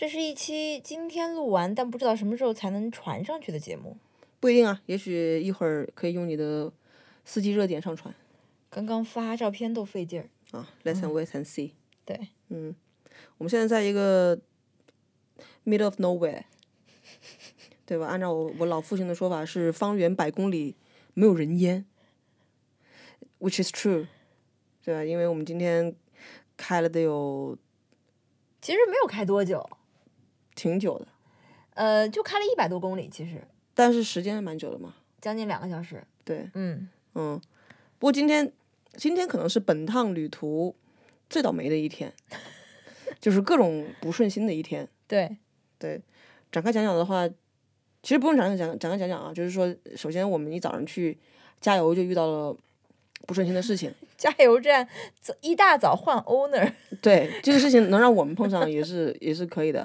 这是一期今天录完，但不知道什么时候才能传上去的节目。 不一定啊，也许一会儿可以用你的4G热点上传。 刚刚发照片都费劲儿啊，Let's wait and see。 对， 我们现在在一个 middle of nowhere， 对吧？按照我老父亲的说法是方圆100公里没有人烟 ，which is true， 对吧？因为我们今天开了得有其实没有开多久， 挺久的， 就开了100多公里，其实但是时间还蛮久的嘛。 将近2个小时。 对， 嗯， 不过今天可能是本趟旅途最倒霉的一天，就是各种不顺心的一天。 对， 展开讲讲的话，其实不用展开讲讲啊，就是说，首先我们一早上去加油就遇到了不顺心的事情。 加油站一大早换 owner， 对，这个事情能让我们碰上也是可以的。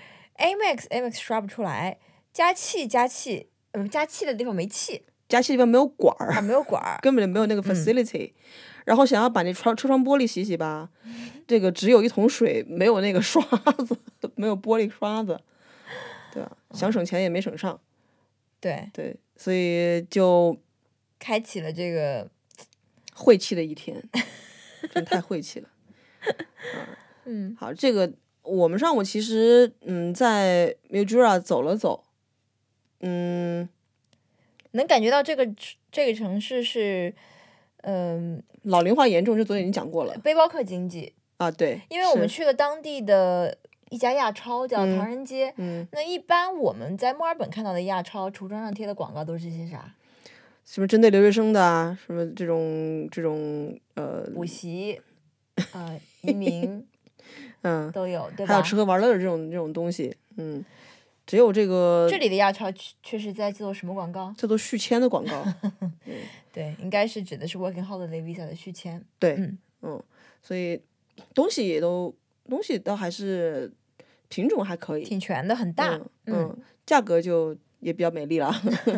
Amex 刷不出来，加气加气的地方没气， 加气地方没有管儿， 没有管儿， 根本就没有那个 facility。然后想要把那车窗玻璃洗洗吧，这个只有一桶水，没有那个刷子，没有玻璃刷子，对吧？想省钱也没省上。 对， 所以就开启了这个晦气的一天，真太晦气了。好，这个我们上午其实在 Mildura 走了走， 能感觉到这个城市是老龄化严重，这昨天已经讲过了。 背包客经济啊，对， 因为我们去了当地的一家亚超叫唐人街。那一般我们在墨尔本看到的亚超橱窗上贴的广告都是些啥？ 什么针对留学生的啊，什么这种补习移民都有，对吧？ 还有吃喝玩乐的这种东西。只有这个这里的亚超确实在做什么广告？ 叫做续签的广告。 对，应该是指的是 Working Holiday Visa 的续签。 对，所以东西倒还是品种还可以， 挺全的，很大。 价格就也比较美丽了。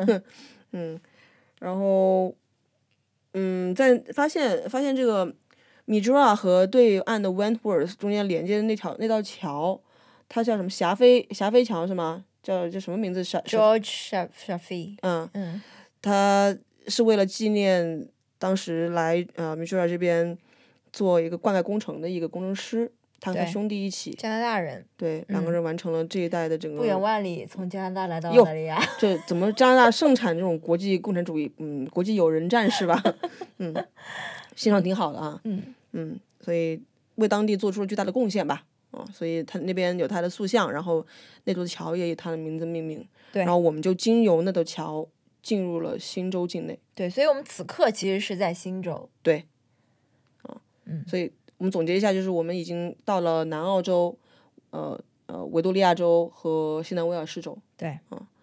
然后在发现这个 Mildura 和对岸的 Wentworth 中间连接的那道桥，它叫什么霞飞桥是吗？叫什么名字 ？George Shafi。 它是为了纪念当时来Mildura 这边做一个灌溉工程的一个工程师，他和兄弟一起， 加拿大人， 对，2个人完成了这一代的整个。 不远万里从加拿大来到澳大利亚。 这怎么加拿大盛产这种国际共产主义？国际友人战士吧。欣赏挺好的啊。所以为当地做出了巨大的贡献吧。所以他那边有他的塑像，然后那座桥也以他的名字命名。 对， 然后我们就经由那座桥进入了新州境内。 对，所以我们此刻其实是在新州。 对。所以我们总结一下，就是我们已经到了南澳洲、维多利亚州和西南威尔士州。 对。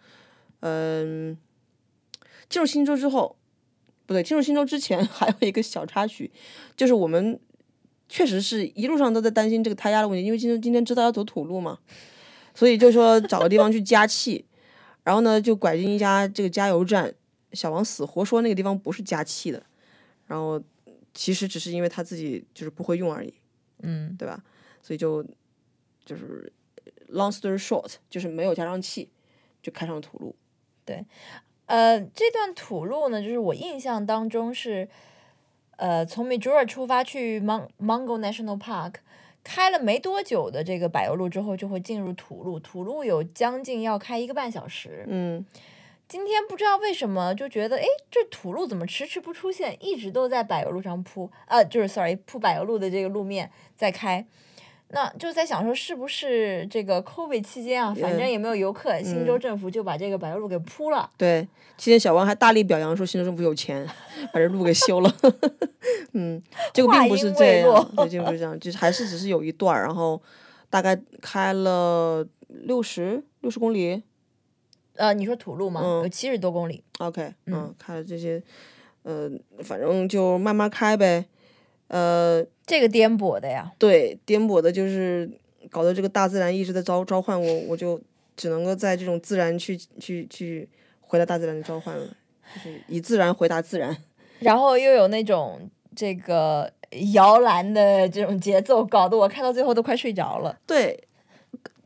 进入新州之后，不对，进入新州之前还有一个小插曲，就是我们确实是一路上都在担心这个胎压的问题，因为今天知道要走土路嘛，所以就说找个地方去加气，然后呢就拐进一家这个加油站，小王死活说那个地方不是加气的，然后其实只是因为他自己就是不会用而已，对吧？所以就是 long story short， 就是没有加上气，就开上了土路。 对，这段土路呢，就是我印象当中是，从 Mildura 出发去 Mungo National Park， 开了没多久的这个柏油路之后，就会进入土路，土路有将近要开1个半小时。今天不知道为什么就觉得，这土路怎么迟迟不出现，一直都在柏油路上铺柏油路的这个路面在开。那就在想说，是不是这个 COVID 期间啊，反正也没有游客，新州政府就把这个柏油路给铺了。 对，期间小王还大力表扬说新州政府有钱，把这路给修了。结果并不是这样，对，并不是这样，就是还是只是有一段，然后大概开了60公里。 你说土路吗？有70多公里。 OK，开了这些，反正就慢慢开呗。 这个颠簸的呀。 对，颠簸的就是搞得这个大自然一直在召唤我，我就只能够在这种自然去回答大自然的召唤了，就是以自然回答自然。 然后又有那种这个摇篮的这种节奏，搞得我看到最后都快睡着了。 对，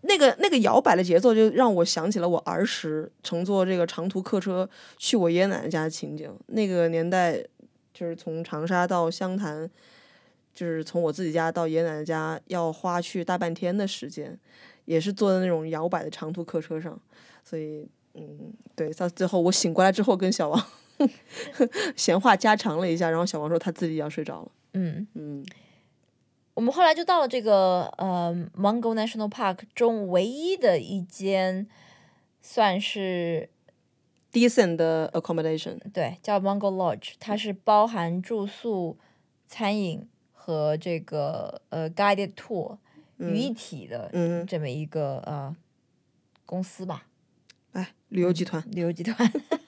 那个摇摆的节奏就让我想起了我儿时乘坐这个长途客车去我爷爷奶奶家的情景。那个年代就是从长沙到湘潭，就是从我自己家到爷爷奶奶家要花去大半天的时间，也是坐在那种摇摆的长途客车上。所以对，到最后我醒过来之后跟小王闲话家常了一下，然后小王说他自己要睡着了。 我们后来就到了这个Mungo National Park 中唯一的一间算是 decent 的 accommodation， 对，叫 Mungo Lodge， 它是包含住宿、餐饮和这个guided tour 于一体的这么一个公司吧。 旅游集团。 旅游集团。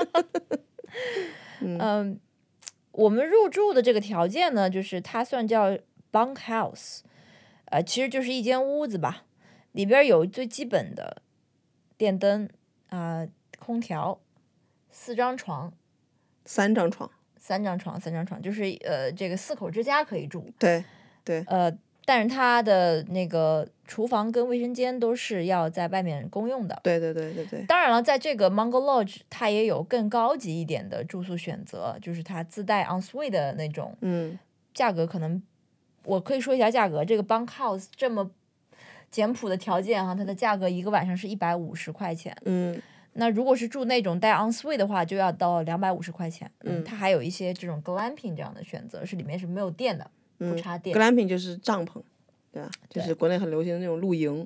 我们入住的这个条件呢，就是它算叫 bunk house，其实就是一间屋子吧，里边有最基本的电灯空调，3张床， 三张床， 就是这个4口之家可以住。 对， 但是它的那个厨房跟卫生间都是要在外面公用的。 对。 当然了，在这个 Mungo Lodge， 它也有更高级一点的住宿选择，就是它自带 ensuite 的那种。价格可能我可以说一下价格，这个 bunk house 这么简朴的条件哈，它的价格一个晚上是150块钱。那如果是住那种带 ensuite 的话，就要到250块钱。它还有一些这种 glamping 这样的选择，是里面是没有电的。不插电。 glamping 就是帐篷，对吧？就是国内很流行的那种露营。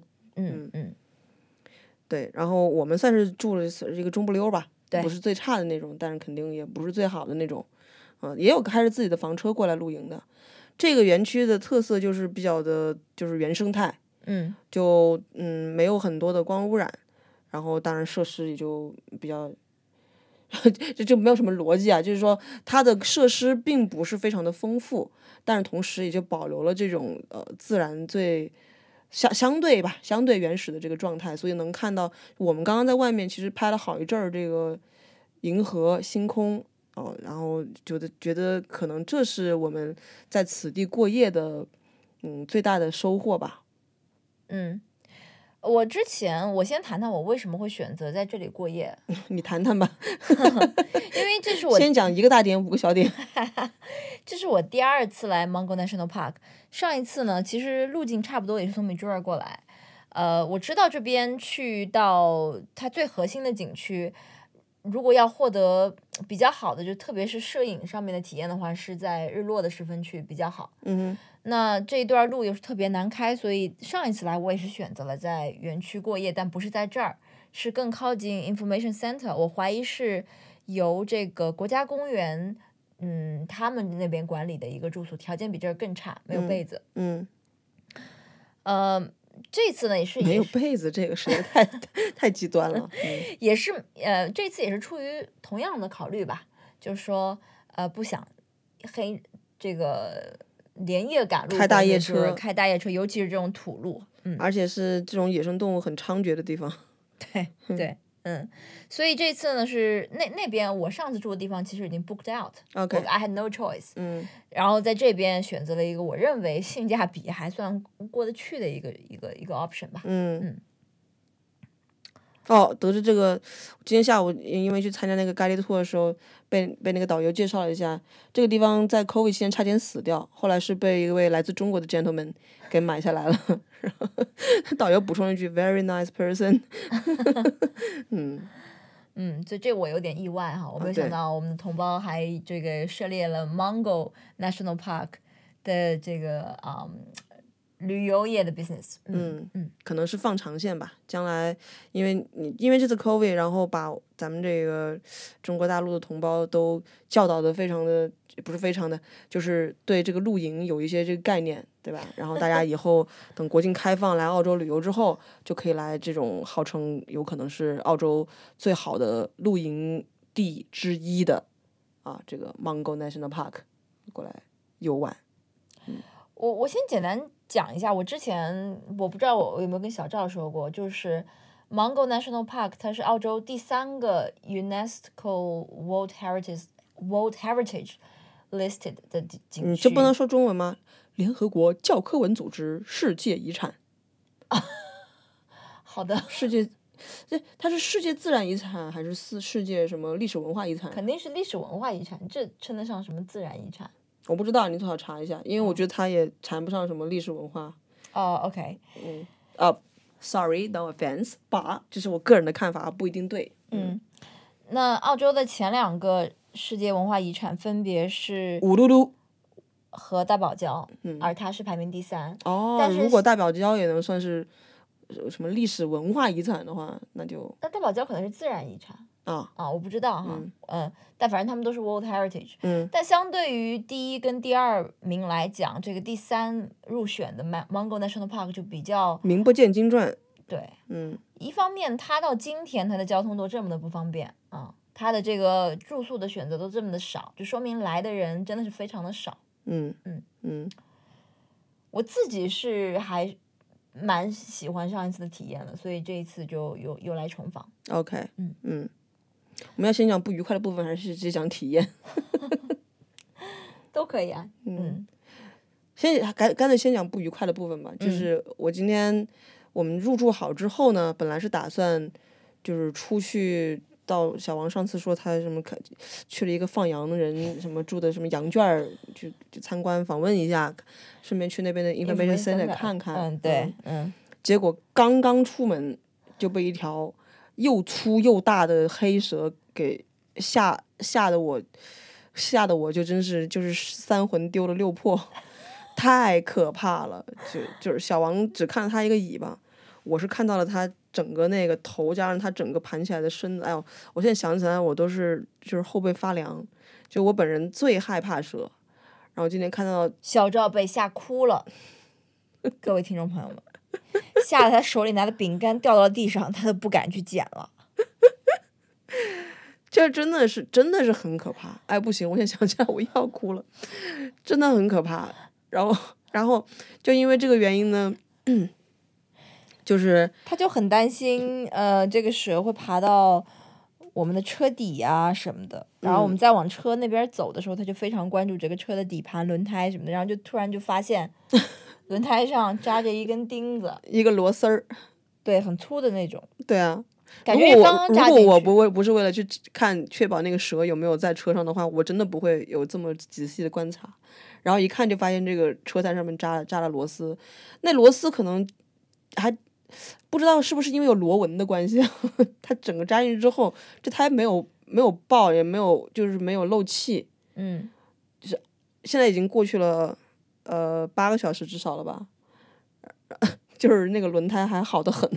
对，然后我们算是住了一个中不溜吧，不是最差的那种，但是肯定也不是最好的那种。也有开着自己的房车过来露营的。这个园区的特色就是比较的，就是原生态。就没有很多的光污染，然后当然设施也就比较。就没有什么逻辑啊，就是说它的设施并不是非常的丰富，但是同时也就保留了这种自然最相对原始的这个状态，所以能看到我们刚刚在外面其实拍了好一阵儿这个银河星空然后觉得可能这是我们在此地过夜的最大的收获吧。 我先谈谈我为什么会选择在这里过夜。 你谈谈吧。 因为这是我先讲1个大点5个小点。 这是我第2次来 Mungo National Park， 上一次呢其实路径差不多，也是从 Mildura 过来。我知道这边去到它最核心的景区，如果要获得比较好的，就特别是摄影上面的体验的话，是在日落的时分去比较好。那这一段路又是特别难开，所以上一次来我也是选择了在园区过夜，但不是在这儿，是更靠近 Information Center。我怀疑是由这个国家公园，他们那边管理的一个住宿，条件比这儿更差，没有被子。这次呢也是没有被子，这个实在太极端了。 也是这次也是出于同样的考虑吧，就是说不想这个连夜赶路， 开大夜车， 尤其是这种土路。 而且是这种野生动物很猖獗的地方。 对。所以这次呢是那边我上次住的地方其实已经 booked out。I had no choice。然后在这边选择了一个我认为性价比还算过得去的一个 option 吧。 得知这个，今天下午因为去参加那个guided tour的时候，被那个导游介绍了一下，这个地方在 COVID 期间差点死掉，后来是被一位来自中国的 gentleman 给买下来了。然后导游补充了一句 very nice person。 这我有点意外哈，我没有想到我们的同胞还这个涉猎了 Mungo National Park 的这个旅游业的 business。 可能是放长线吧，将来因为这次 COVID， 然后把咱们这个中国大陆的同胞都教导的非常的，不是非常的，就是对这个露营有一些这个概念，对吧？然后大家以后等国境开放来澳洲旅游之后，就可以来这种号称有可能是澳洲最好的露营地之一的这个 Mungo National Park 过来游玩。 我先简单讲一下，我之前我不知道我有没有跟小赵说过，就是 Mungo National Park 它是澳洲第3个 UNESCO World Heritage listed 的景区。 你就不能说中文吗？联合国教科文组织世界遗产。 好的， 世界，它是世界自然遗产还是世界什么历史文化遗产？ 肯定是历史文化遗产，这称得上什么自然遗产？ 我不知道，你最好查一下，因为我觉得它也谈不上什么历史文化。 哦，OK， Sorry，no offense，but 这是我个人的看法，不一定对。 那澳洲的前2个世界文化遗产分别是乌鲁鲁和大堡礁，而它是排名第3。 哦， 但是如果大堡礁也能算是什么历史文化遗产的话，那就那大堡礁可能是自然遗产我不知道哈，但反正他们都是 World Heritage。但相对于第1跟第2名来讲，这个第3入选的 Mungo National Park 就比较名不见经传。 对，一方面它到今天它的交通都这么的不方便它的这个住宿的选择都这么的少，就说明来的人真的是非常的少。我自己是还蛮喜欢上一次的体验的，所以这一次就又来重访。 OK，我们要先讲不愉快的部分，还是直接讲体验？ 都可以啊。 干脆先讲不愉快的部分吧。就是我们入住好之后呢，本来是打算就是出去到小王上次说他什么去了一个放羊的人什么住的什么羊圈儿，去参观访问一下，顺便去那边的 information center 看看。 对， 结果刚刚出门就被一条又粗又大的黑蛇给吓得我就真是就是3魂丢了6魄，太可怕了。就是小王只看了他一个尾巴，我是看到了他整个那个头加上他整个盘起来的身子。哎呦，我现在想起来我都是就是后背发凉。就我本人最害怕蛇，然后今天看到小赵被吓哭了，各位听众朋友们，吓得他手里拿的饼干掉到了地上，他都不敢去捡了。 这真的是很可怕。哎，不行，我现在想起来我又要哭了，真的很可怕。然后就因为这个原因呢，就是他就很担心这个蛇会爬到我们的车底啊什么的，然后我们再往车那边走的时候，他就非常关注这个车的底盘、轮胎什么的，然后就突然就发现轮胎上扎着一根钉子， 一个螺丝儿。 对，很粗的那种。 对啊， 感觉刚刚扎进去。 如果我不是为了去确保那个蛇有没有在车上的话，我真的不会有这么仔细的观察。然后一看就发现这个车胎上面扎了螺丝，那螺丝可能还不知道是不是因为有螺纹的关系，它整个扎进去之后，这胎没有爆，也没有就是没有漏气。就是现在已经过去了8个小时至少了吧。就是那个轮胎还好得很，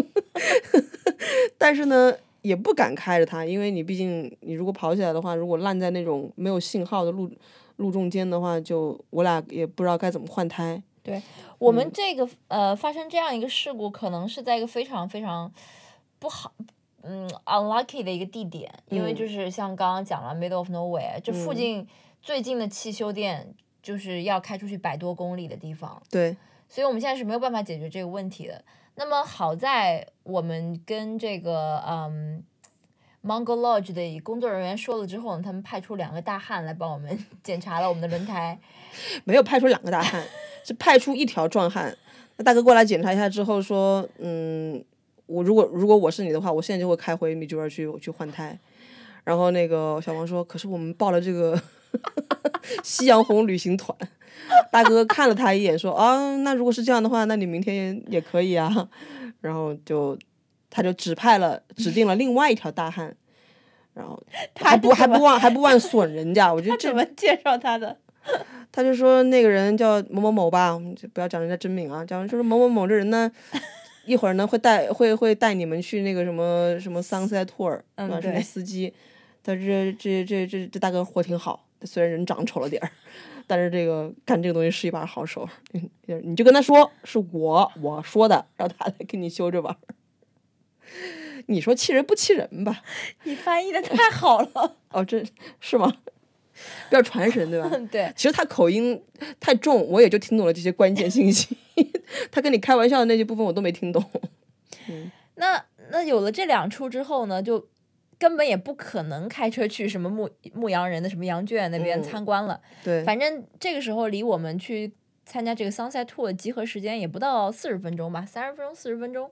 但是呢也不敢开着它，因为你毕竟你如果跑起来的话，如果烂在那种没有信号的路中间的话，就我俩也不知道该怎么换胎。 对，我们这个发生这样一个事故，可能是在一个非常非常不好unlucky 的一个地点，因为就是像刚刚讲了 middle of nowhere，这附近最近的汽修店就是要开出去100多公里的地方。 对。 所以我们现在是没有办法解决这个问题的。那么好在我们跟这个Mungo Lodge 的工作人员说了之后呢，他们派出2个大汉来帮我们检查了我们的轮胎。 没有派出2个大汉，是派出1条壮汉。那大哥过来检查一下之后说，我如果我是你的话，我现在就会开回米珠尔去换胎。然后那个小王说，可是我们报了这个夕阳红旅行团。大哥看了他一眼说，那如果是这样的话，那你明天也可以啊。然后他就指定了另外1条大汉，然后还不忘损人家。我觉得他怎么介绍他的？ 他就说那个人叫某某某吧，不要讲人家真名啊，讲就是某某某这人呢，一会儿呢会带你们去那个什么 Sunset Tour，是那司机。但是这大哥活挺好，虽然人长丑了点儿。但是干这个东西是一把好手，你就跟他说是我说的，让他来给你修着玩。你说气人不气人吧？ 你翻译的太好了。 哦，这是吗？比较传神，对吧？ 对。 其实他口音太重，我也就听懂了这些关键信息。他跟你开玩笑的那些部分我都没听懂。 那有了这2处之后呢，就根本也不可能开车去什么牧羊人的什么羊圈那边参观了。 对， 反正这个时候离我们去参加这个 Sunset Tour 的集合时间也不到40分钟吧，30分钟40分钟，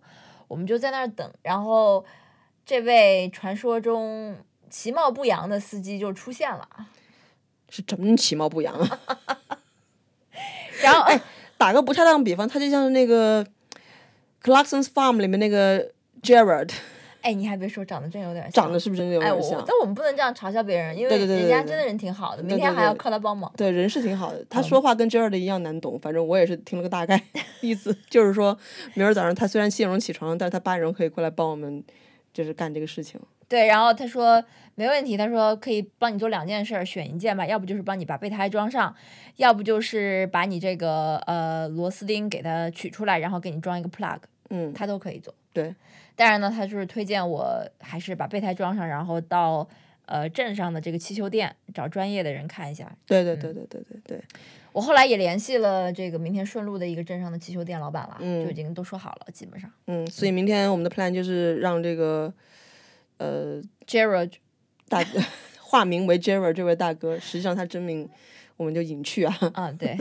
我们就在那儿等，然后这位传说中其貌不扬的司机就出现了。 是怎么其貌不扬啊？ 然后打个不恰当比方，他就像是那个《Clarkson's Farm》里面那个 Gerard， 哎，你还别说，长得真有点像。 长得是不是真的有哎， 点像？ 但我们不能这样嘲笑别人，因为对对对对对人家真的人挺好的，明天还要靠他帮忙。 对，人是挺好的。他说话跟 Gerard 一样难懂，反正我也是听了个大概意思，就是说明儿早上他虽然7点钟起床，但是他8点钟可以过来帮我们，就是干这个事情。 对，然后他说没问题，他说可以帮你做2件事，选一件吧，要不就是帮你把备胎装上，要不就是把你这个螺丝钉给它取出来，然后给你装一个 plug，他都可以做。 对， 当然呢，他就是推荐我还是把备胎装上，然后到镇上的这个汽修店找专业的人看一下。 对。 我后来也联系了这个明天顺路的一个镇上的汽修店老板了，就已经都说好了，基本上。 所以明天我们的 plan 就是让这个 Gerard 大哥化名为 Gerard 这位大哥，实际上他真名我们就隐去啊。 对。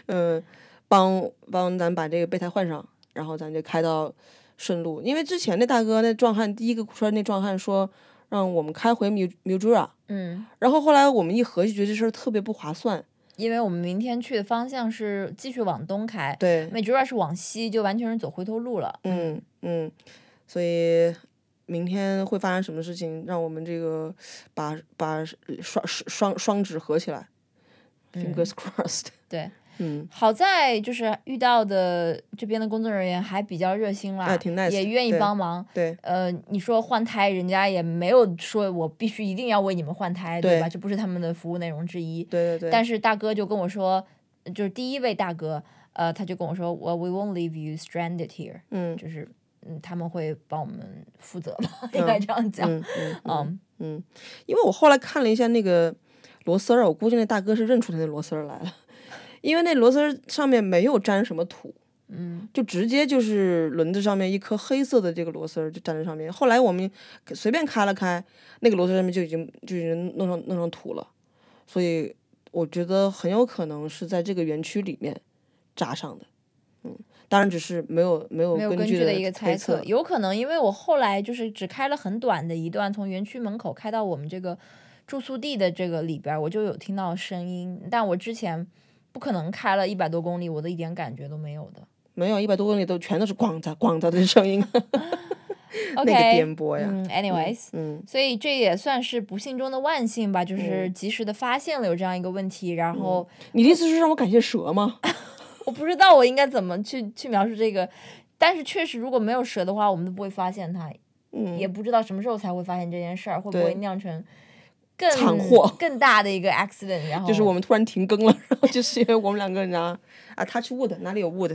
帮咱把这个备胎换上，然后咱就开到顺路。因为之前那大哥那壮汉第一个出来那壮汉说让我们开回 Mildura，然后后来我们一合计，觉得这事儿特别不划算。 因为我们明天去的方向是继续往东开， 对 ，Mildura是往西，就完全是走回头路了。 所以明天会发生什么事情，让我们这个把双指合起来，fingers crossed。 对，好在就是遇到的这边的工作人员还比较热心啦， 挺 nice， 也愿意帮忙。 对， 你说换胎，人家也没有说我必须一定要为你们换胎，对吧？这不是他们的服务内容之一。 对。 但是大哥就跟我说，就是第一位大哥，他就跟我说，we won't leave you stranded here，就是他们会帮我们负责吧，应该这样讲。 因为我后来看了一下那个螺丝儿，我估计那大哥是认出那螺丝儿来了。因为那螺丝上面没有沾什么土，就直接就是轮子上面一颗黑色的这个螺丝就粘在上面。后来我们随便开了开，那个螺丝上面就已经弄上土了，所以我觉得很有可能是在这个园区里面扎上的。当然只是没有根据的一个猜测，有可能因为我后来就是只开了很短的一段，从园区门口开到我们这个住宿地的这个里边，我就有听到声音，但我之前不可能开了100多公里，我的一点感觉都没有的。 没有100多公里全都是咣嚓咣嚓的声音。那个颠簸呀。 anyways，所以这也算是不幸中的万幸吧，就是及时的发现了有这样一个问题，然后你的意思是让我感谢蛇吗？ 我不知道我应该怎么去描述这个，但是确实如果没有蛇的话，我们都不会发现它，也不知道什么时候才会发现这件事儿，会不会酿成惨祸更大的一个 accident， 然后就是我们突然停更了，然后就是因为我们两个人touch wood， 哪里有 wood？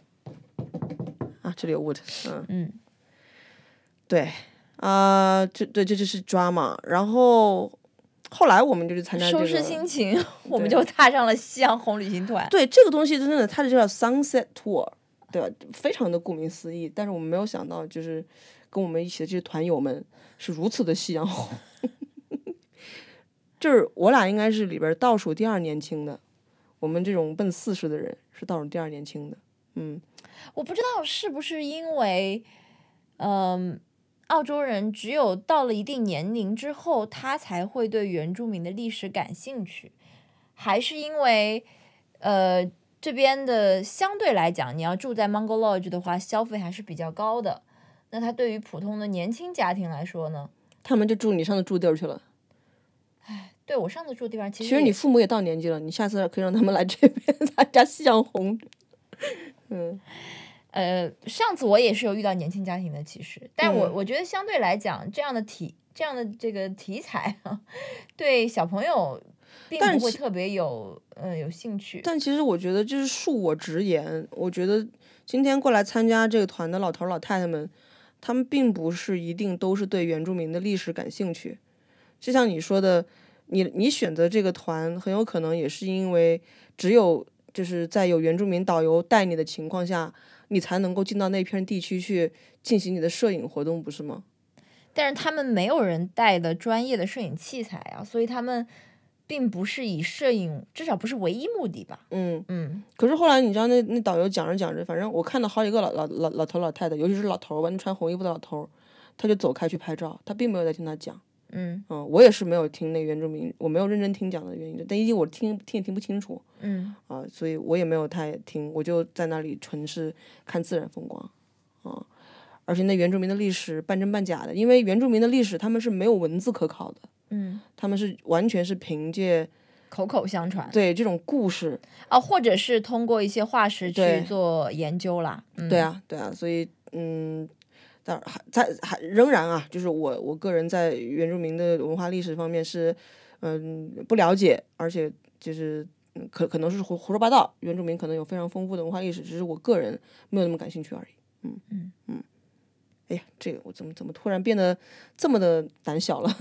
这里有 wood， 对，这就是 drama， 然后后来我们就去参加这个， 收拾心情，我们就踏上了夕阳红旅行团。 对，这个东西真的，它就叫 sunset tour， 对吧？非常的顾名思义，但是我们没有想到，就是跟我们一起的这些团友们是如此的夕阳红。就是我俩应该是里边倒数第2年轻的，我们这种奔40的人是倒数第2年轻的。 我不知道是不是因为，澳洲人只有到了一定年龄之后，他才会对原住民的历史感兴趣，还是因为这边的相对来讲，你要住在 Mungo Lodge 的话，消费还是比较高的。那他对于普通的年轻家庭来说呢？ 他们就住你上次住地儿去了。 对，我上次住的地方其实你父母也到年纪了，你下次可以让他们来这边参加夕阳红。 上次我也是有遇到年轻家庭的，其实，但我觉得相对来讲，这样的这个题材对小朋友并不会特别有兴趣。 但其实我觉得，就是恕我直言，我觉得今天过来参加这个团的老头老太太们，他们并不是一定都是对原住民的历史感兴趣。就像你说的，你选择这个团，很有可能也是因为只有就是在有原住民导游带你的情况下，你才能够进到那片地区去进行你的摄影活动，不是吗？ 但是他们没有人带的专业的摄影器材啊，所以他们并不是以摄影，至少不是唯一目的吧。 可是后来你知道那导游讲着讲着，反正我看到好几个老头老太太，尤其是老头吧，那穿红衣服的老头，他就走开去拍照，他并没有在听他讲。我也是没有听那原住民，我没有认真听讲的原因，但因为我听也听不清楚。所以我也没有太听，我就在那里纯是看自然风光。而且那原住民的历史半真半假的，因为原住民的历史他们是没有文字可考的。他们是完全是凭借口口相传， 对这种故事或者是通过一些化石去做研究啦。 对啊，所以但还仍然啊，就是我个人在原住民的文化历史方面是不了解，而且就是可能是胡说八道。原住民可能有非常丰富的文化历史，只是我个人没有那么感兴趣而已。哎呀，这个我怎么突然变得这么的胆小了？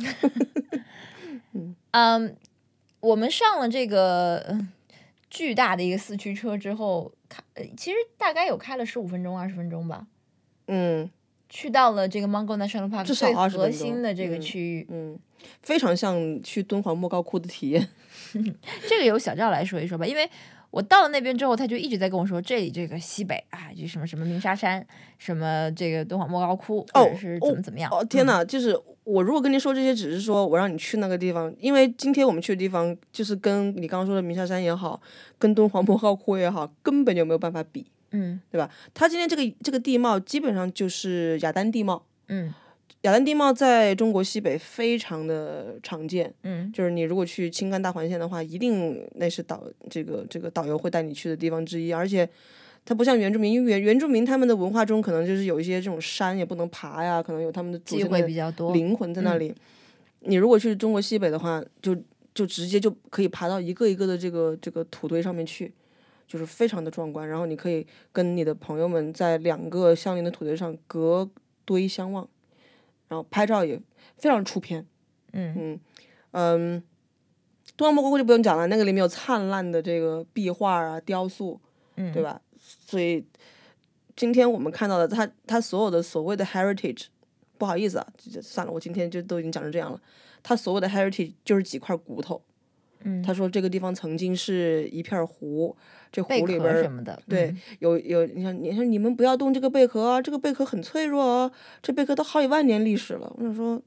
我们上了这个巨大的一个4驱车之后，其实大概有开了15分钟、20分钟吧。去到了这个 Mungo National Park 最核心的这个区域。 非常像去敦煌莫高窟的体验。 这个由小赵来说一说吧，因为我到了那边之后，他就一直在跟我说，这里这个西北啊，就什么什么鸣沙山，什么这个敦煌莫高窟，或者是怎么样。 天哪！就是我如果跟你说这些，只是说我让你去那个地方，因为今天我们去的地方，就是跟你刚刚说的鸣沙山也好，跟敦煌莫高窟也好，根本就没有办法比。对吧？它今天这个地貌基本上就是雅丹地貌。雅丹地貌在中国西北非常的常见。就是你如果去青甘大环线的话，一定那是这个导游会带你去的地方之一。而且它不像原住民，因为原住民他们的文化中可能就是有一些这种山也不能爬呀，可能有他们的祖先的灵魂在那里。你如果去中国西北的话，就直接就可以爬到一个一个的这个土堆上面去。就是非常的壮观，然后你可以跟你的朋友们在2个相邻的土堆上隔堆相望，然后拍照也非常出片。敦煌莫高窟就不用讲了，那个里面有灿烂的这个壁画啊、雕塑，对吧？所以今天我们看到的它所有的所谓的 heritage， 不好意思啊，算了，我今天就都已经讲成这样了。它所有的 heritage 就是几块骨头。他说这个地方曾经是一片湖，这湖里边什么的， 对，有你看你们不要动这个贝壳啊，这个贝壳很脆弱啊，这贝壳都好几万年历史了。我想说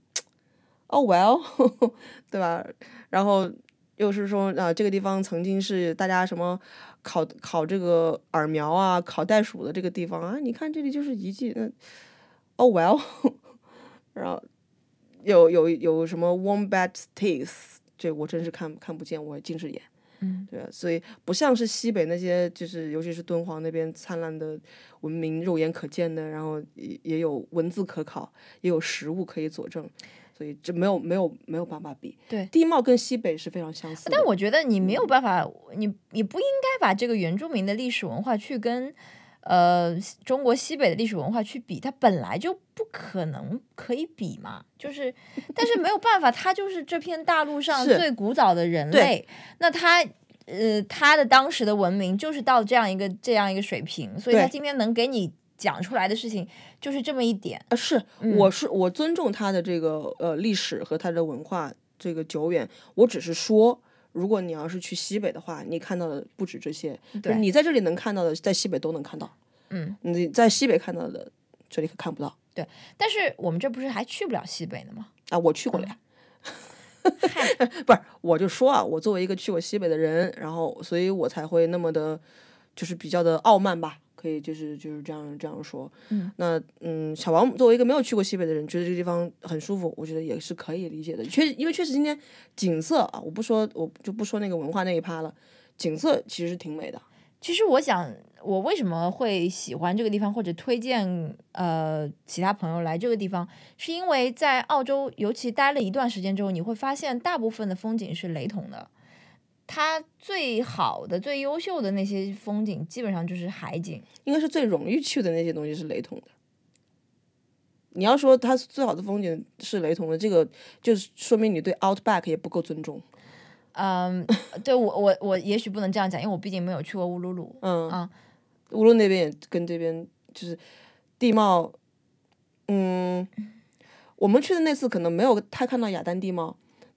well 对吧？然后又是说这个地方曾经是大家什么烤这个耳苗啊，烤袋鼠的这个地方啊，你看这里就是遗迹。well 然后有什么 wombat teeth，这我真是看不见，我近视眼。对啊，所以不像是西北那些，就是尤其是敦煌那边灿烂的文明，肉眼可见的，然后也有文字可考，也有实物可以佐证，所以这没有办法比。 对， 地貌跟西北是非常相似的。 但我觉得你没有办法，你不应该把这个原住民的历史文化去跟中国西北的历史文化去比，它本来就不可能可以比嘛。就是，但是没有办法，它就是这片大陆上最古早的人类，那他的当时的文明就是到这样一个水平，所以他今天能给你讲出来的事情就是这么一点。 我尊重他的这个历史和他的文化这个久远，我只是说，如果你要是去西北的话，你看到的不止这些，就是你在这里能看到的，在西北都能看到。你在西北看到的，这里可看不到。 对，但是我们这不是还去不了西北呢吗？ 我去过了呀。不是，我就说啊，我作为一个去过西北的人，然后所以我才会那么的，就是比较的傲慢吧，可以就是这样说。那小王作为一个没有去过西北的人，觉得这个地方很舒服，我觉得也是可以理解的。因为确实今天景色啊，我就不说那个文化那一趴了，景色其实挺美的。 其实我想，我为什么会喜欢这个地方，或者推荐其他朋友来这个地方，是因为在澳洲，尤其待了一段时间之后，你会发现大部分的风景是雷同的。它最好的、最优秀的那些风景，基本上就是海景， 应该是最容易去的那些东西是雷同的。你要说它最好的风景是雷同的，这个就是说明你对 Outback 也不够尊重。 对，我也许不能这样讲，因为我毕竟没有去过乌鲁鲁。 乌鲁那边也跟这边就是地貌，我们去的那次可能没有太看到雅丹地貌，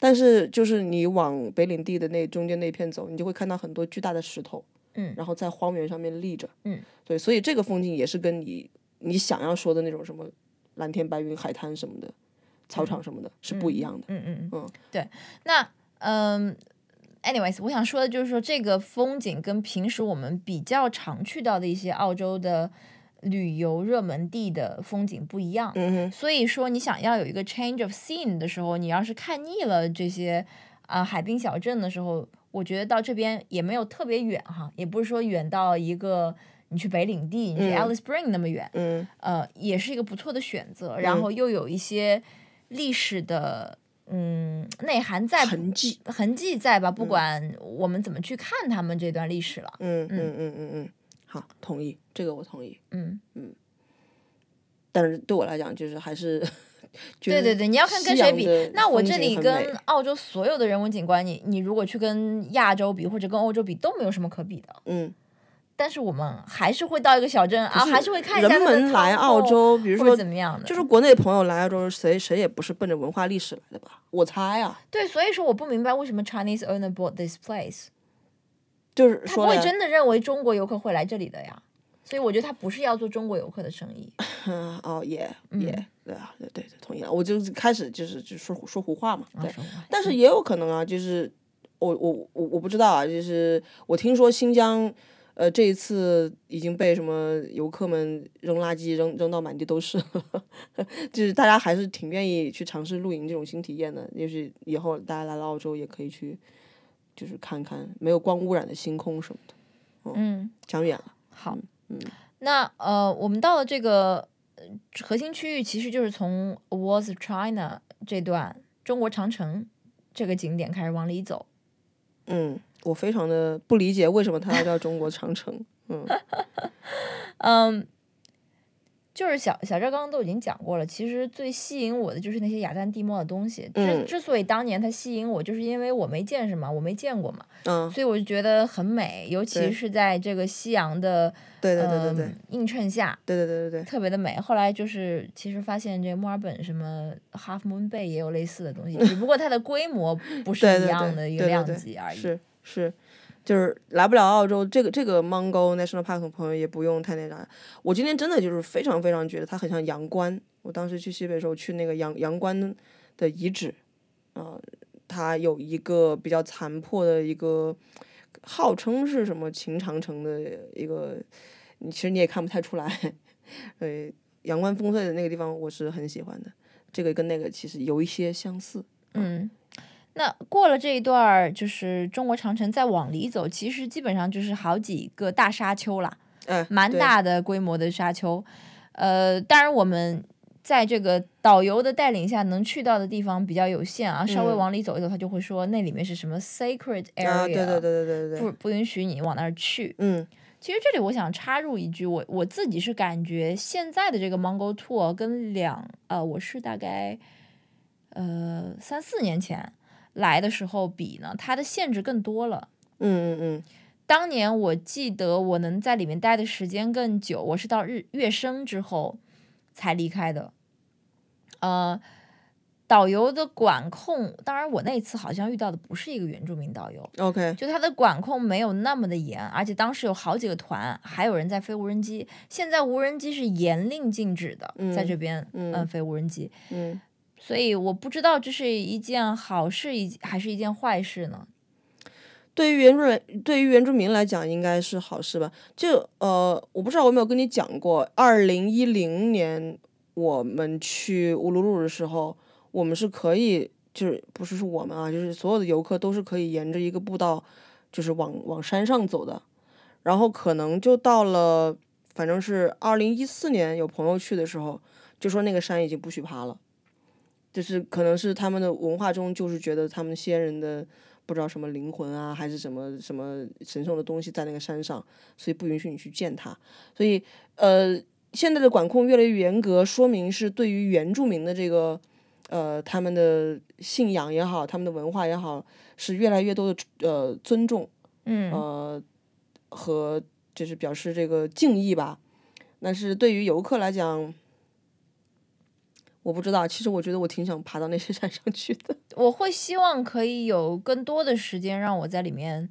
但是就是你往北领地的那中间那片走，你就会看到很多巨大的石头，然后在荒原上面立着，对，所以这个风景也是跟你想要说的那种什么蓝天白云、海滩什么的，草场什么的是不一样的。 对，那anyways， 我想说的就是说，这个风景跟平时我们比较常去到的一些澳洲的旅游热门地的风景不一样。所以说，你想要有一个 change of scene 的时候，你要是看腻了这些海滨小镇的时候，我觉得到这边也没有特别远哈，也不是说远到一个你去北领地、你去 Alice Spring 那么远，也是一个不错的选择。然后又有一些历史的。内涵在痕迹在吧？不管我们怎么去看他们这段历史了。 好，同意，这个我同意。但是对我来讲，就是还是对，你要看跟谁比。那我这里跟风景很美澳洲所有的人文景观，你如果去跟亚洲比或者跟欧洲比，都没有什么可比的。但是我们还是会到一个小镇啊，还是会看一下人们来澳洲，比如说怎么样的， 就是国内朋友来澳洲，谁也不是奔着文化历史来的吧？我猜啊。 对，所以说我不明白为什么 Chinese owner bought this place， 就是他不会真的认为中国游客会来这里的呀。所以我觉得他不是要做中国游客的生意。 对啊，对，同意了。我就开始就说胡话嘛，对。但是也有可能啊，就是我不知道啊，就是我听说新疆。这一次已经被什么游客们扔垃圾扔到满地都是了就是大家还是挺愿意去尝试露营这种新体验的。也许以后大家来了澳洲也可以去，就是看看没有光污染的星空什么的。讲远了。 好，那我们到了这个核心区域，其实就是从 Walls of China 这段中国长城这个景点开始往里走。 我非常的不理解为什么它要叫中国长城。 就是小赵刚刚都已经讲过了，其实最吸引我的就是那些雅丹地貌的东西。之所以当年它吸引我，就是因为我没见什么，我没见过嘛，所以我就觉得很美，尤其是在这个夕阳的对映衬下， 对， 特别的美。后来就是其实发现这墨尔本什么 Half Moon Bay 也有类似的东西，只不过它的规模不是一样的一个量级而已。 是，就是来不了澳洲这个 Mungo National Park 的朋友也不用太那啥。我今天真的就是非常非常觉得它很像阳关。我当时去西北的时候去那个阳关的遗址，它有一个比较残破的一个，号称是什么秦长城的一个，其实你也看不太出来。阳关烽燧的那个地方我是很喜欢的，这个跟那个其实有一些相似。 那过了这一段就是中国长城再往里走，其实基本上就是好几个大沙丘啦，蛮大的规模的沙丘。当然我们在这个导游的带领下能去到的地方比较有限啊，稍微往里走一走，他就会说那里面是什么 sacred area， 对， 不允许你往那儿去。其实这里我想插入一句，我自己是感觉现在的这个 Mungo Tour 跟我是大概3-4年前来的时候比呢，它的限制更多了。当年我记得我能在里面待的时间更久，我是到月升之后才离开的。导游的管控，当然我那次好像遇到的不是一个原住民导游，就他的管控没有那么的严，而且当时有好几个团，还有人在飞无人机。现在无人机是严令禁止的，在这边飞无人机。所以我不知道这是一件好事还是一件坏事呢？ 对于原住民来讲应该是好事吧。就我不知道我有没有跟你讲过，2010年我们去乌鲁鲁的时候，我们是可以，就是不是我们啊，就是所有的游客都是可以沿着一个步道，就是往山上走的。然后可能就到了，反正是2014年有朋友去的时候，就说那个山已经不许爬了。就是可能是他们的文化中，就是觉得他们先人的不知道什么灵魂啊，还是什么神圣的东西在那个山上，所以不允许你去见它。所以现在的管控越来越严格，说明是对于原住民的这个他们的信仰也好，他们的文化也好，是越来越多的尊重，和就是表示这个敬意吧。但是对于游客来讲， 我不知道，其实我觉得我挺想爬到那些山上去的。 我会希望可以有更多的时间让我在里面，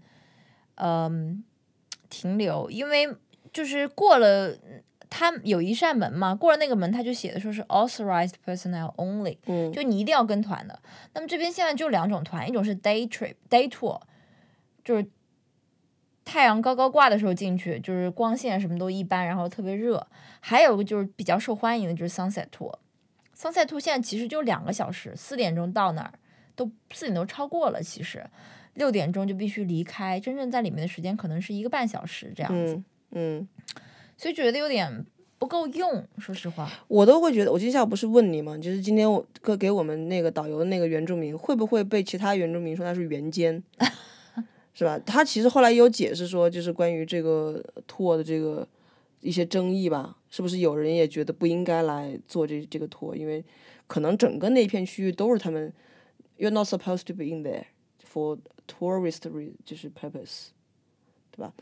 停留，因为就是过了，它有一扇门嘛，过了那个门，它就写的说是 authorized personnel only，就你一定要跟团的。那么这边现在就两种团，一种是 day trip、day tour，就是太阳高高挂的时候进去，就是光线什么都一般，然后特别热；还有一个就是比较受欢迎的，就是 sunset tour。sunset tour 现在其实就2个小时，4点钟到那儿，4点都超过了，其实6点钟就必须离开，真正在里面的时间可能是1个半小时这样子，所以觉得有点不够用，说实话。 我都会觉得，我今天下午不是问你吗？就是今天我给我们那个导游的那个原住民，会不会被其他原住民说他是原奸？是吧？他其实后来也有解释说，就是关于这个托的这个一些争议吧，是不是有人也觉得不应该来做这个托，因为可能整个那片区域都是他们 ，you're not supposed to be in there for tourist 就是 purpose， 对吧？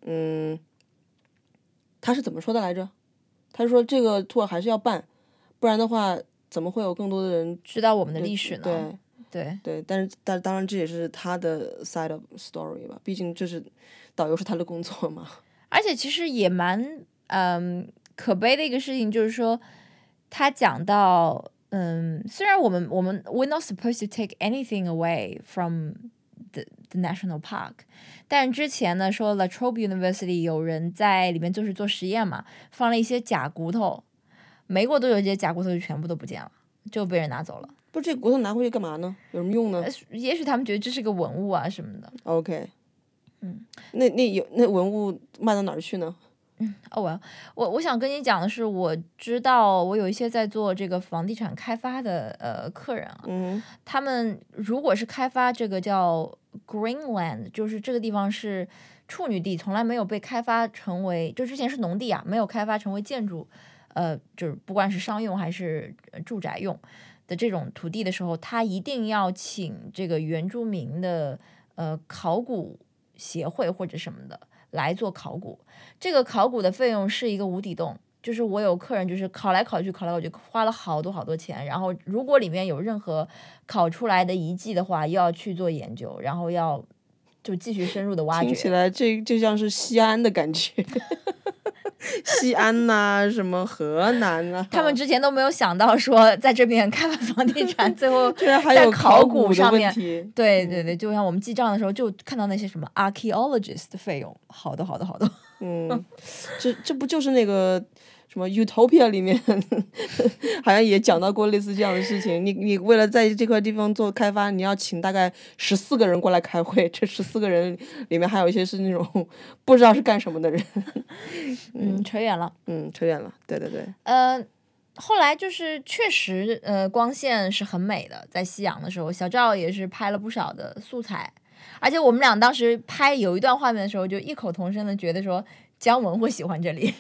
他是怎么说的来着？他说这个托还是要办，不然的话怎么会有更多的人知道我们的历史呢？ 对，但当然这也是他的 side of story 吧，毕竟这是导游是他的工作嘛。 而且其实也蛮可悲的一个事情，就是说他讲到虽然我们 we're not supposed to take anything away from the national park， 但之前呢说 La Trobe University 有人在里面就是做实验嘛，放了一些假骨头，没过多久这些假骨头就全部都不见了，就被人拿走了。 不是这骨头拿回去干嘛呢？有什么用呢？ 也许他们觉得这是个文物啊什么的。 OK，那文物卖到哪儿去呢？ 我想跟你讲的是，我知道我有一些在做这个房地产开发的客人啊，他们如果是开发这个叫 Greenland， 就是这个地方是处女地，从来没有被开发成为，就之前是农地啊，没有开发成为建筑，就是不管是商用还是住宅用的这种土地的时候，他一定要请这个原住民的考古协会或者什么的来做考古。这个考古的费用是一个无底洞，就是我有客人就是考来考去，花了好多钱，然后如果里面有任何考出来的遗迹的话，又要去做研究，然后要就继续深入的挖掘。 听起来这像是西安的感觉。西安呐、什么河南啊， 他们之前都没有想到说在这边开发房地产，最后居然还在有考古上面，对，就像我们记账的时候就看到那些什么 archaeologist 的费用，好多。 这不就是那个什么 Utopia 里面好像也讲到过类似这样的事情。你为了在这块地方做开发，你要请大概14个人过来开会，这14个人里面还有一些是那种不知道是干什么的人。 扯远了。 扯远了，对。 后来就是确实，光线是很美的，在夕阳的时候，小赵也是拍了不少的素材，而且我们俩当时拍有一段画面的时候，就异口同声的觉得说姜文会喜欢这里。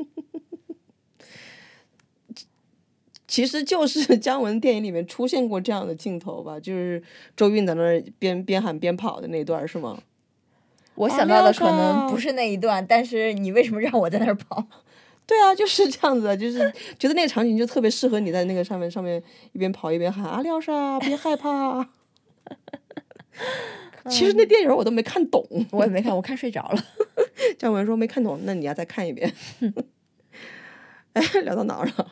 其实就是姜文电影里面出现过这样的镜头吧，就是周韵在那儿边喊边跑的那段是吗？ 我想到的可能不是那一段，但是你为什么让我在那儿跑？ 对啊，就是这样子的，就是觉得那个场景就特别适合你在那个上面一边跑一边喊阿廖沙，别害怕。其实那电影我都没看懂， 我也没看，我看睡着了。 姜文说没看懂，那你要再看一遍。哎，聊到哪儿了？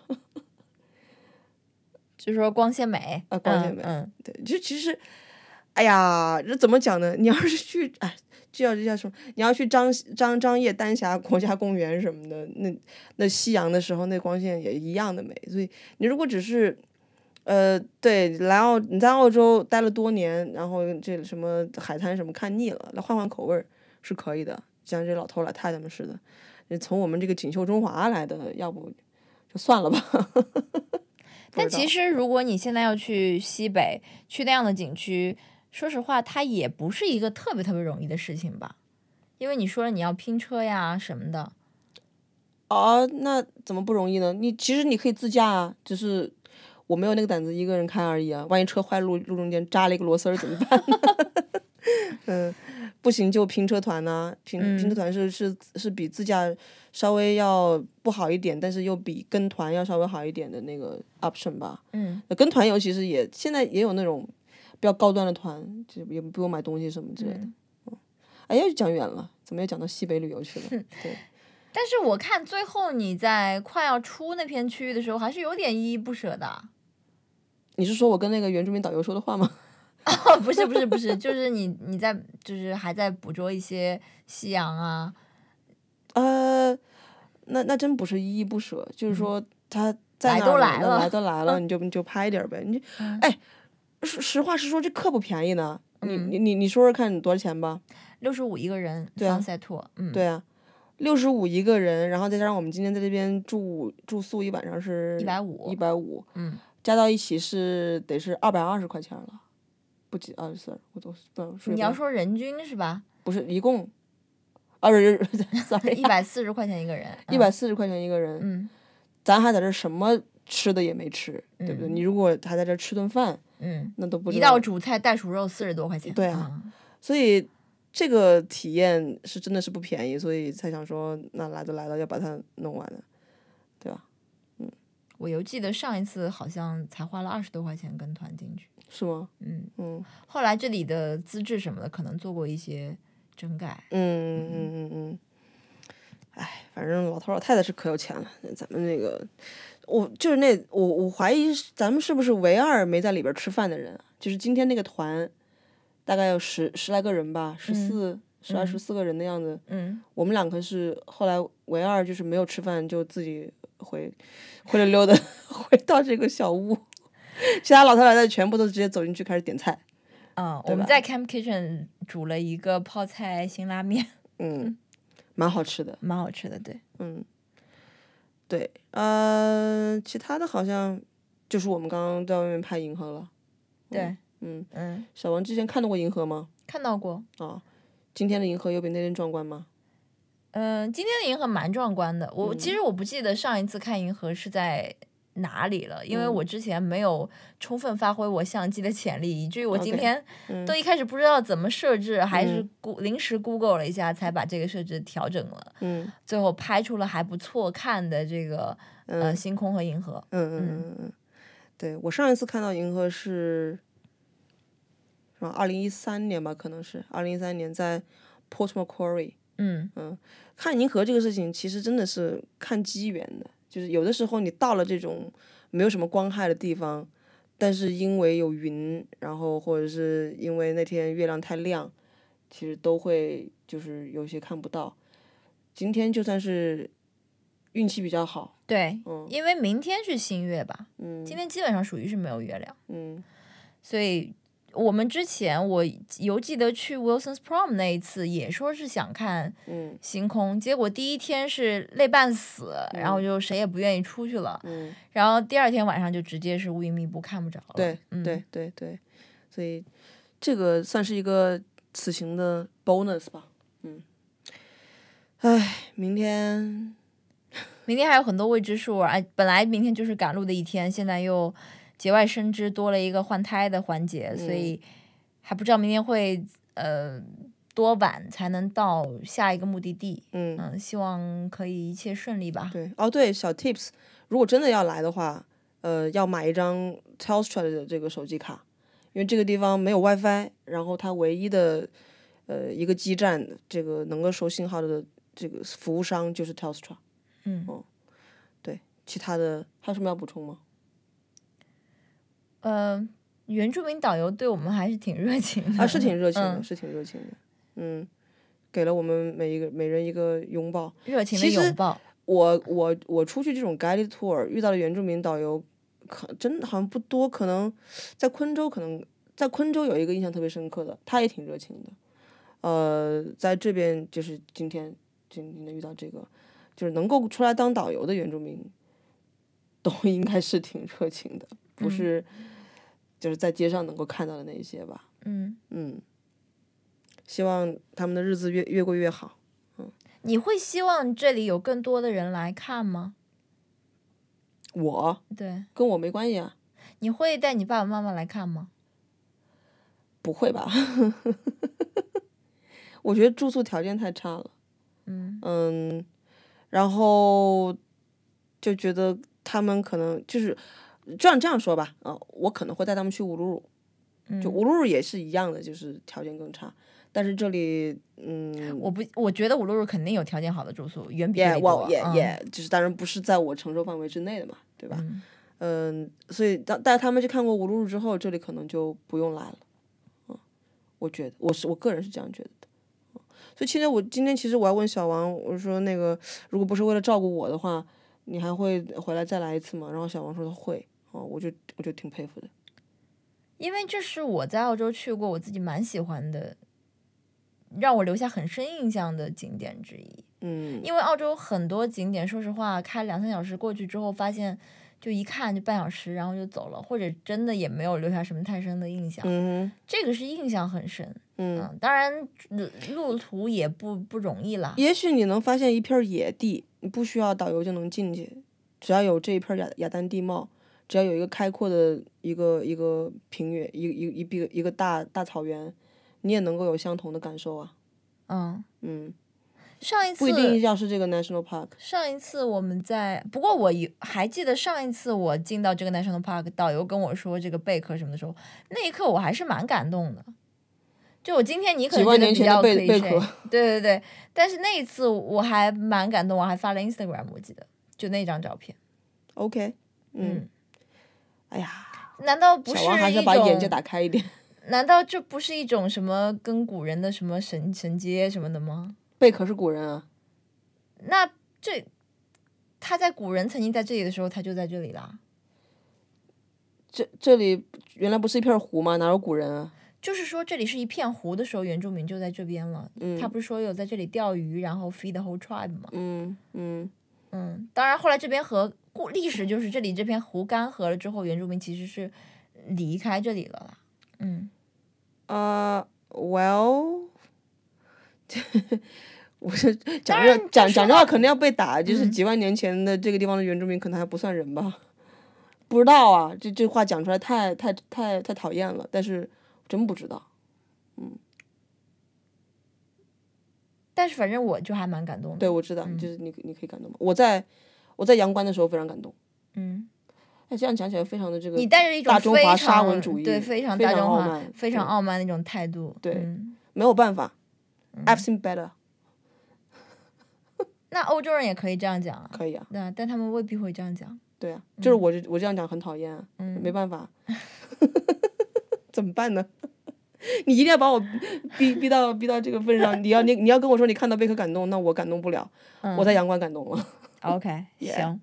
就说光线美啊，光线美，对，就其实，哎呀，这怎么讲呢？你要是去，哎，这叫什么？你要去张掖丹霞国家公园什么的，那夕阳的时候，那光线也一样的美。所以你如果只是，对，你在澳洲待了多年，然后这什么海滩什么看腻了，来换口味儿是可以的。像这老头老太太们似的，从我们这个锦绣中华来的，要不就算了吧。 但其实如果你现在要去西北，去那样的景区，说实话，它也不是一个特别容易的事情吧？因为你说你要拼车呀什么的。 哦，那怎么不容易呢？其实你可以自驾啊，只是我没有那个胆子一个人开而已啊。万一车坏路中间扎了一个螺丝儿怎么办呢？ 不行就拼车团呐、拼车团是比自驾稍微要不好一点，但是又比跟团要稍微好一点的那个 option 吧。跟团游其实现在也有那种比较高端的团，就也不用买东西什么之类的。哎，又讲远了，怎么又讲到西北旅游去了？对。 但是我看最后你在快要出那片区域的时候，还是有点依依不舍的。 你是说我跟那个原住民导游说的话吗？ 哦，不是，就是你在就是还在捕捉一些夕阳啊。 那真不是依依不舍，就是说他在来那儿来了， 来都来了，你就拍点呗。哎，实话实说，这可不便宜呢。你说说看，你多少钱吧 ？65一个人，Sunset Tour。 对啊，65一个人，然后再加上我们今天在这边住宿一晚上是150，加到一起得是220块钱了，不止24，我都不知道。 你要说人均是吧？ 不是，一共，sorry， 140块钱一个人 ，140块钱一个人。咱还在这什么吃的也没吃，对不对？你如果还在这吃顿饭，那都不知道。 一道主菜袋鼠肉40多块钱。 对啊，所以这个体验是真的是不便宜，所以才想说，那来都来了，要把它弄完了，对吧？ 我犹记得上一次好像才花了20多块钱跟团进去。 是吗？ 后来这里的资质什么的可能做过一些整改。 哎，反正老头老太太是可有钱了，咱们那个，我怀疑咱们是不是唯二没在里边吃饭的人，就是今天那个团，大概有十来个人吧，14个人的样子。我们两个是后来唯二就是没有吃饭就自己回了溜达回到这个小屋，其他老头老太太全部都直接走进去开始点菜。 我们在 Camp Kitchen 煮了一个泡菜辛拉面。 蛮好吃的， 蛮好吃的，对。 对，其他的好像就是我们刚刚在外面拍银河了。 对。 小王之前看到过银河吗？ 看到过。 今天的银河有比那天壮观吗？ 今天的银河蛮壮观的。其实我不记得上一次看银河是在哪里了，因为我之前没有充分发挥我相机的潜力，以至于我今天都一开始不知道怎么设置，还是临时 Google 了一下才把这个设置调整了。最后拍出了还不错看的这个星空和银河。 对，我上一次看到银河是吧，2013年吧，可能是2013年在 Port Macquarie。看银河这个事情其实真的是看机缘的，就是有的时候你到了这种没有什么光害的地方，但是因为有云，然后或者是因为那天月亮太亮，其实都会就是有些看不到。今天就算是运气比较好。 对，因为明天是新月吧。今天基本上属于是没有月亮。所以我们之前我犹记得去 Wilson's Prom 那一次也说是想看星空，结果第一天是累半死，然后就谁也不愿意出去了。然后第二天晚上就直接是乌云密布，看不着了。 对，所以这个算是一个此行的 bonus 吧。明天还有很多未知数。本来明天就是赶路的一天，现在又节外生枝多了一个换胎的环节，所以还不知道明天会多晚才能到下一个目的地。希望可以一切顺利吧。 对，小 tips， 如果真的要来的话，要买一张 Telstra 的这个手机卡，因为这个地方没有 WiFi， 然后它唯一的一个基站，这个能够收信号的这个服务商就是 Telstra。对，其他的还有什么要补充吗？ 原住民导游对我们还是挺热情的。 是挺热情的。给了我们每人一个拥抱， 热情的拥抱。 我出去这种 guided tour 遇到的原住民导游，真的好像不多，可能在昆州有一个印象特别深刻的，他也挺热情的。在这边就是今天遇到这个，就是能够出来当导游的原住民，都应该是挺热情的，不是就是在街上能够看到的那一些吧。希望他们的日子越过越好。 你会希望这里有更多的人来看吗？对， 跟我没关系啊。 你会带你爸爸妈妈来看吗？ 不会吧。 我觉得住宿条件太差了。然后就觉得他们可能就是这样说吧，我可能会带他们去乌鲁鲁，就乌鲁鲁也是一样的，就是条件更差。但是这里， 我觉得乌鲁鲁肯定有条件好的住宿，远比这里多。 就是当然不是在我承受范围之内的嘛，对吧？所以带他们去看过乌鲁鲁之后，这里可能就不用来了。我觉得我个人是这样觉得的。所以今天其实我要问小王，我说那个如果不是为了照顾我的话，你还会回来再来一次吗？然后小王说他会，我就挺佩服的。 因为这是我在澳洲去过我自己蛮喜欢的，让我留下很深印象的景点之一。因为澳洲很多景点，说实话，开2-3小时过去之后，发现就一看就半小时，然后就走了，或者真的也没有留下什么太深的印象。这个是印象很深。当然路途也不容易啦。 也许你能发现一片野地，你不需要导游就能进去，只要有这一片雅丹地貌，只要有一个开阔的一个平原，一个大草原，你也能够有相同的感受啊。 上一次不一定要是这个 national park。 上一次我们不过我还记得上一次我进到这个 national park， 导游跟我说这个贝壳什么的时候，那一刻我还是蛮感动的。就我今天你可能觉得比较贝壳， 对，但是那一次我还蛮感动，我还发了 Instagram， 我记得就那张照片。 OK，哎呀， 难道不是小王还是要把眼界打开一点？ 难道这不是一种什么跟古人的什么神接什么的吗？ 贝壳是古人啊。 那他在古人曾经在这里的时候，他就在这里啦。 这里原来不是一片湖吗？哪有古人啊？ 就是说这里是一片湖的时候，原住民就在这边了。他不是说有在这里钓鱼，然后 feed the whole tribe 吗？当然后来这边历史就是这里这片湖干涸了之后，原住民其实是离开这里了啦。Well 我是讲这话肯定要被打，就是几万年前的这个地方的原住民可能还不算人吧？不知道啊，这话讲出来太讨厌了，但是真不知道。 但是反正我就还蛮感动的。 对，我知道，就是你可以感动吗？我在阳关的时候非常感动。这样讲起来非常的这个， 你带着一种大中华沙文主义， 对，非常大中华，非常傲慢的那种态度。 对，没有办法，I've seen better。 那欧洲人也可以这样讲啊。 可以啊。 对，但他们未必会这样讲。 对啊，就是我这样讲很讨厌啊。没办法。怎么办呢？你一定要把我逼到这个份上，你要跟我说你看到贝壳感动，那我感动不了。我在阳关感动了。 OK， 行。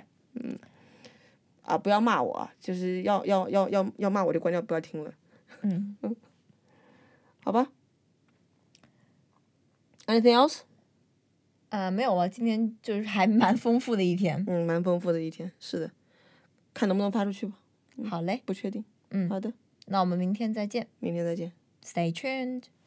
不要骂我，就是要骂我就关掉，不要听了。好吧。Anything else？ 没有啊，今天就是还蛮丰富的一天。 蛮丰富的一天，是的。看能不能发出去吧。 好嘞。 不确定。好的。 那我们明天再见。 明天再见。 Stay tuned。